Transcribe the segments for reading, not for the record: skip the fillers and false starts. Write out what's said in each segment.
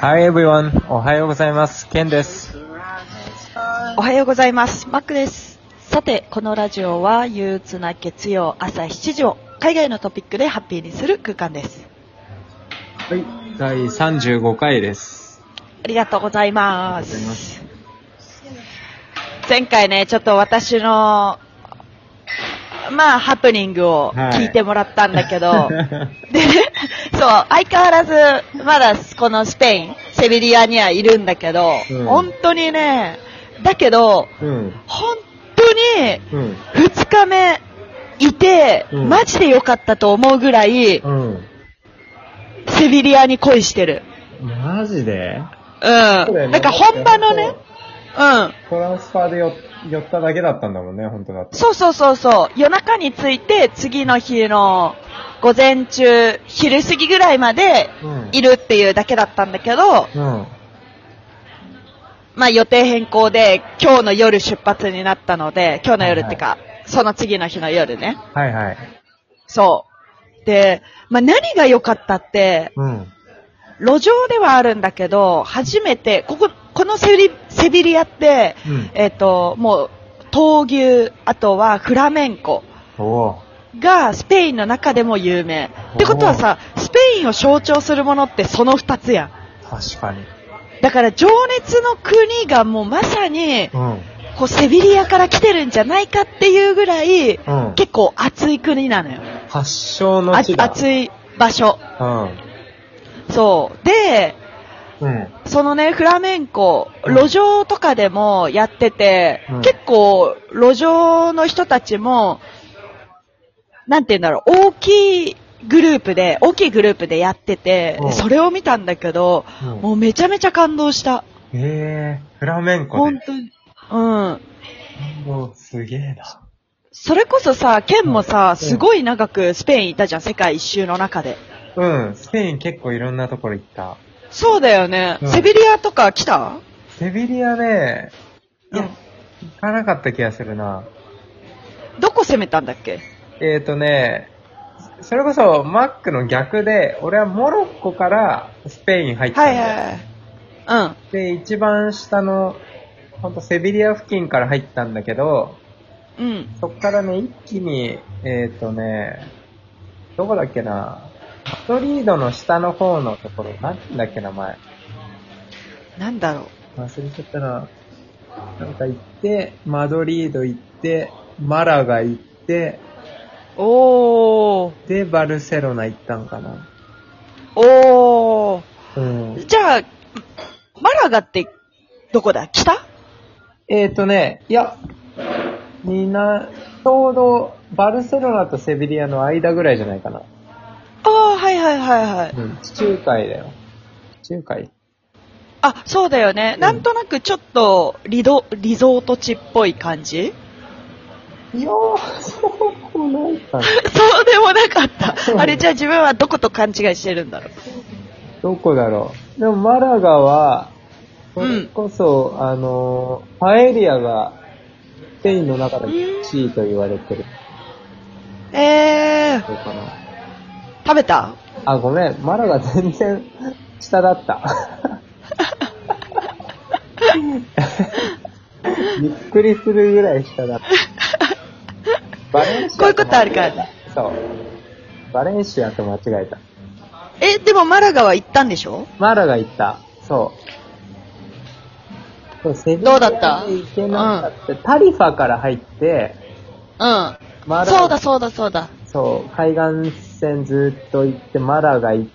Hi everyone! おはようございます。ケンです。 おはようございます。マックです。さて、このラジオは憂鬱な月曜朝7時を海外のトピックでハッピーにする空間です。 はい、第35回です。 ありがとうございます。前回ね、ちょっと私のハプニングを聞いてもらったんだけど、はい、でね、そう、相変わらず、まだこのスペイン、セビリアにはいるんだけど、本当にね、だけど、本当に、2日目いて、マジで良かったと思うぐらい、セビリアに恋してる。 マジで？ なんか本場のね、 トランスファーで寄っただけだったんだもんね、本当だって。 そう。夜中に着いて、次の日の午前中、昼過ぎぐらいまでいるっていうだけだったんだけど、予定変更で今日の夜出発になったので、今日の夜ってか、その次の日の夜ね。 はいはい。 そう。で、何が良かったって、路上ではあるんだけど、初めて、このセビリアって、もう、闘牛、あとはフラメンコがスペインの中でも有名。ってことはさ、スペインを象徴するものってその二つやん。 確かに。 だから情熱の国がもうまさに、セビリアから来てるんじゃないかっていうぐらい、結構熱い国なのよ。 発祥の地だ。 熱い場所。そう。で、そのね、フラメンコ、路上とかでもやってて、結構、路上の人たちも、なんて言うんだろう、大きいグループでやってて、それを見たんだけど、もうめちゃめちゃ感動した。 フラメンコで。 本当に。感動すげえな。 それこそさ、ケンもさ、すごい長くスペインいたじゃん、世界一周の中で。 スペイン結構いろんなところ行った。 そうだよね。セビリアとか来た？ セビリアね、行かなかった気がするな。 どこ攻めたんだっけ？ それこそマックの逆で、俺はモロッコからスペイン入ったんだよ。で、一番下の、ほんとセビリア付近から入ったんだけど、そっからね、一気に、どこだっけな、マドリードの下の方のところ、なんて言うんだっけ名前。 なんだろう。忘れちゃったな。なんか行って、マドリード行って、マラガ行って、で、バルセロナ行ったんかな。 じゃあ、マラガって、どこだ？北？ いや、ちょうど、バルセロナとセビリアの間ぐらいじゃないかな。 はい。 地中海だよ。地中海。 あ、そうだよね。なんとなくちょっとリゾート地っぽい感じ？ いやー、そうでもないかな。 そうでもなかった。あれ、じゃあ自分はどこと勘違いしてるんだろう。 どこだろう。でもマラガは、それこそ、パエリアがスペインの中で1位と言われてる。そうかな。 食べた？ あ、ごめん。マラガ全然下だった。びっくりするぐらい下だった。バレンシア。 こういうことあるからね。 そう。バレンシアと間違えた。 でもマラガは行ったんでしょ？ マラガ行った。そう。 どうだった？ 行けなかった。タリファから入って、 そうだ。 そう、海岸線ずっと行って、マラガ行って、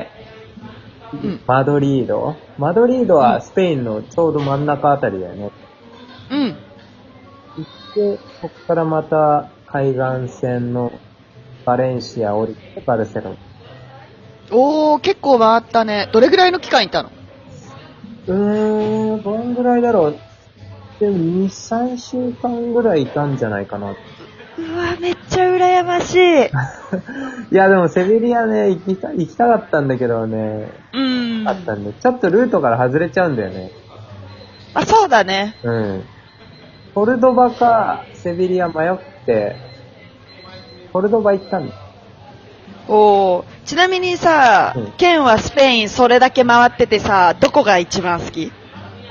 マドリードはスペインのちょうど真ん中あたりだよね。行って、そこからまた海岸線のバレンシア降りてバルセロナ。 結構回ったね。どれぐらいの期間いたの？ どんぐらいだろう。でも2、3週間ぐらいいたんじゃないかな。 うわ、めっちゃ羨ましい。 いや、でもセビリアね、行きたかったんだけどね。あったんで、ちょっとルートから外れちゃうんだよね。 あ、そうだね。 コルドバかセビリア迷って、コルドバ行ったんだ。 おー。ちなみにさ、ケンはスペインそれだけ回っててさ、どこが一番好き？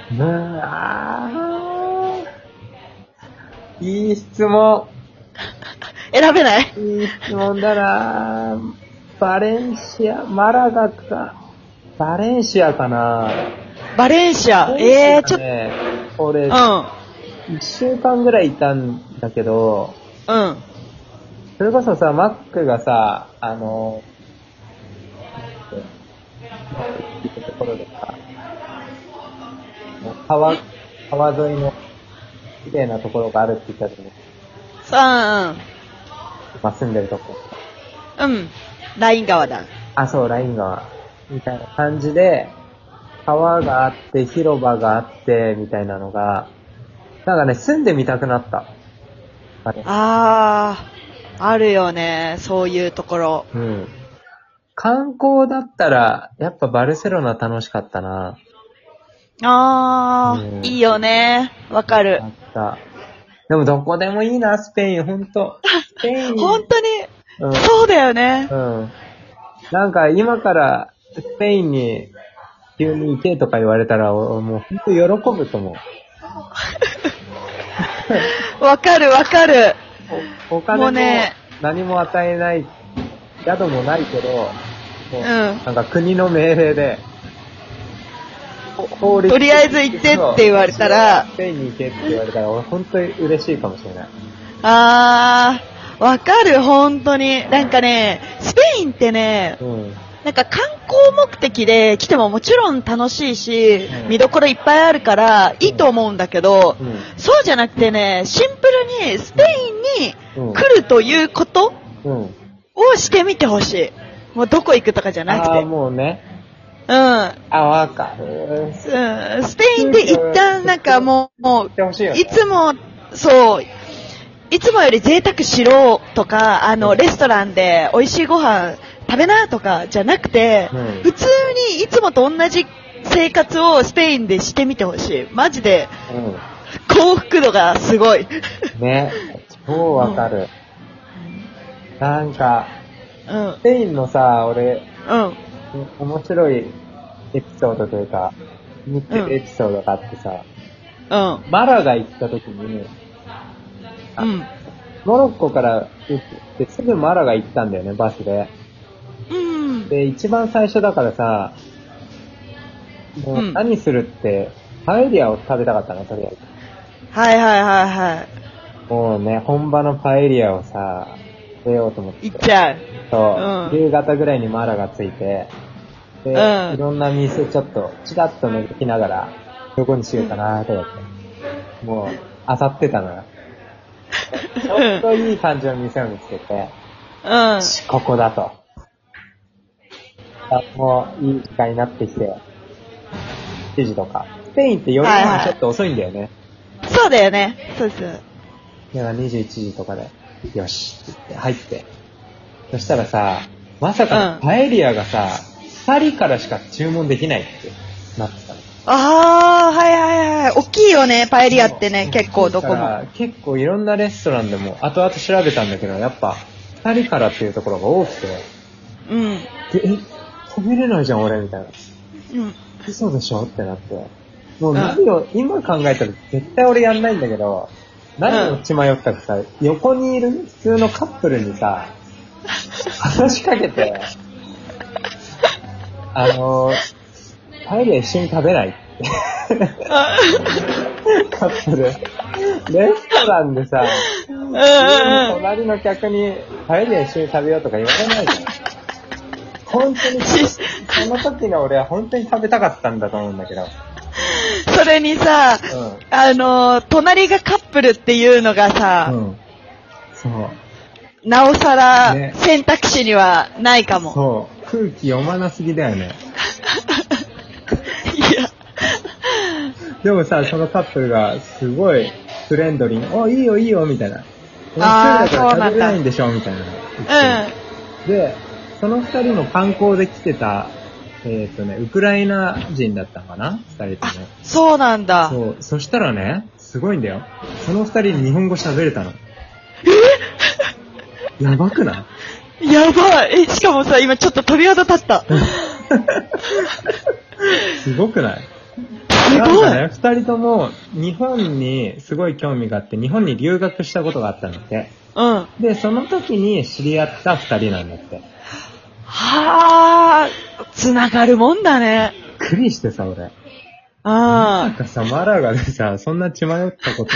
いい質問。 選べない？ いい質問だな。バレンシア、マラガか。バレンシアかな。 バレンシア。ちょっと。俺、1週間ぐらいいたんだけど、それこそさ、マックがさ、ところでさ、川沿いの綺麗なところがあるって言った時に、今住んでるとこ。 ライン川だ。 そう、ライン川。みたいな感じで、川があって、広場があって、みたいなのが、なんかね、住んでみたくなった。 あるよね、そういうところ。 観光だったら、やっぱバルセロナ楽しかったな。 いいよね。わかる。 でもどこでもいいな、スペイン、ほんと。スペイン。 ほんとに、そうだよね。 なんか今からスペインに急に行けとか言われたら、もうほんと喜ぶと思う。わかる。 お金も何も与えない、宿もないけど、なんか国の命令で、 とりあえず行ってって言われたら、 スペインに行けって言われたら、俺本当に嬉しいかもしれない。 わかる、本当に。なんかね、スペインってね、なんか観光目的で来てももちろん楽しいし、見どころいっぱいあるからいいと思うんだけど、そうじゃなくてね、シンプルにスペインに来るということをしてみてほしい。もうどこ行くとかじゃなくて。 もうね。 わかる。スペインで一旦なんかもう、いつも、いつもより贅沢しろとか、レストランで美味しいご飯食べなとかじゃなくて、普通にいつもと同じ生活をスペインでしてみてほしい。マジで、幸福度がすごい。 ね、超わかる。なんか、スペインのさ、俺、面白いエピソードというか、似てるエピソードがあってさ、マラガ行った時に、モロッコから行ってすぐマラガ行ったんだよね、バスで。で、一番最初だからさ、もう何するって、パエリアを食べたかったの、とりあえず。もうね、本場のパエリアをさ、食べようと思って。 行っちゃう。 そう、夕方ぐらいにマラがついて、で、いろんな店ちょっと、チラッと覗きながら、どこにしようかなーとかって、もう、漁ってたのよ。ちょっといい感じの店を見つけて、ここだと。もう、いい時間になってきて、7時とか。スペインって夜がちょっと遅いんだよね。 そうだよね。そうです。 だから21時とかで、よしって言って入って。そしたらさ、まさかパエリアがさ、2人からしか注文できないってなってたの。 大きいよね、パエリアってね、結構どこも。 結構いろんなレストランでも、後々調べたんだけど、やっぱ、2人からっていうところが多くて。食べれないじゃん、俺、みたいな。嘘でしょってなって。もう何を、今考えたら絶対俺やんないんだけど、何を血迷ったかさ、横にいる普通のカップルにさ、話しかけて、パエリア一緒に食べないってカップル。レストランでさ、隣の客にパエリア一緒に食べようとか言われないじゃん。本当に、その時の俺は本当に食べたかったんだと思うんだけど。 それにさ、隣がカップルっていうのがさ、 そう。 なおさら選択肢にはないかも。 そう。空気読まなすぎだよね。 いや。 でもさ、そのカップルがすごいフレンドリーに、いいよいいよ、みたいな。そうなんだ。食べれないんでしょみたいな。で、その二人も観光で来てた、ウクライナ人だったのかな二人とも。 そうなんだ。 そう。そしたらね、すごいんだよ。その二人日本語喋れたの。やばくない？ やばい。しかもさ、今ちょっと鳥肌立った。 すごくない？ すごい。 ね、二人とも日本にすごい興味があって、日本に留学したことがあったんだって。 うん。 で、その時に知り合った二人なんだって。 はぁ、繋がるもんだね。 びっくりしてさ、俺。 なんかさ、マラガでさ、そんな血迷ったこと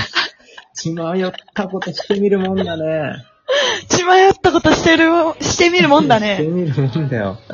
してみるもんだね。 血迷ったことしてみるもんだね。 してみるもんだよ。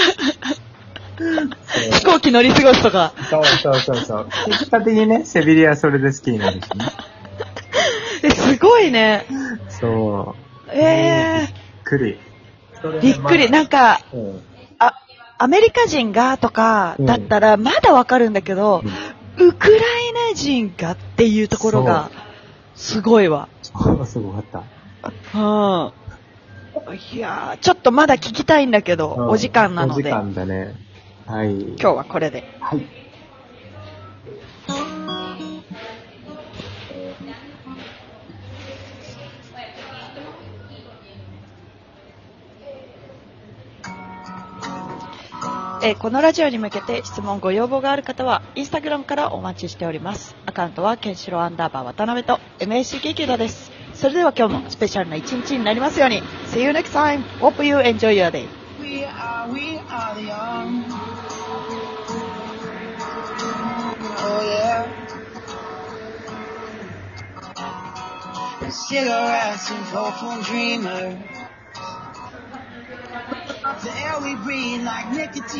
飛行機乗り過ごすとか。 そう。結果的にね、セビリアそれで好きになるしね。 すごいね。 そう。 びっくり。 びっくり。なんか、アメリカ人がとかだったらまだわかるんだけど、ウクライナ人がっていうところがすごいわ。 すごかった。 いやー、ちょっとまだ聞きたいんだけど、お時間なので。 お時間だね。はい。 今日はこれで。 はい。 このラジオに向けて質問ご要望がある方はインスタグラムからお待ちしております。アカウントはケンシロウ_渡辺と MAC 劇団です。それでは今日もスペシャルな一日になりますように。See you next time. Hope you enjoy your day. We are the young. Oh yeah. Cigarettes and hopeful dreamers. The air we breathe like nicotine.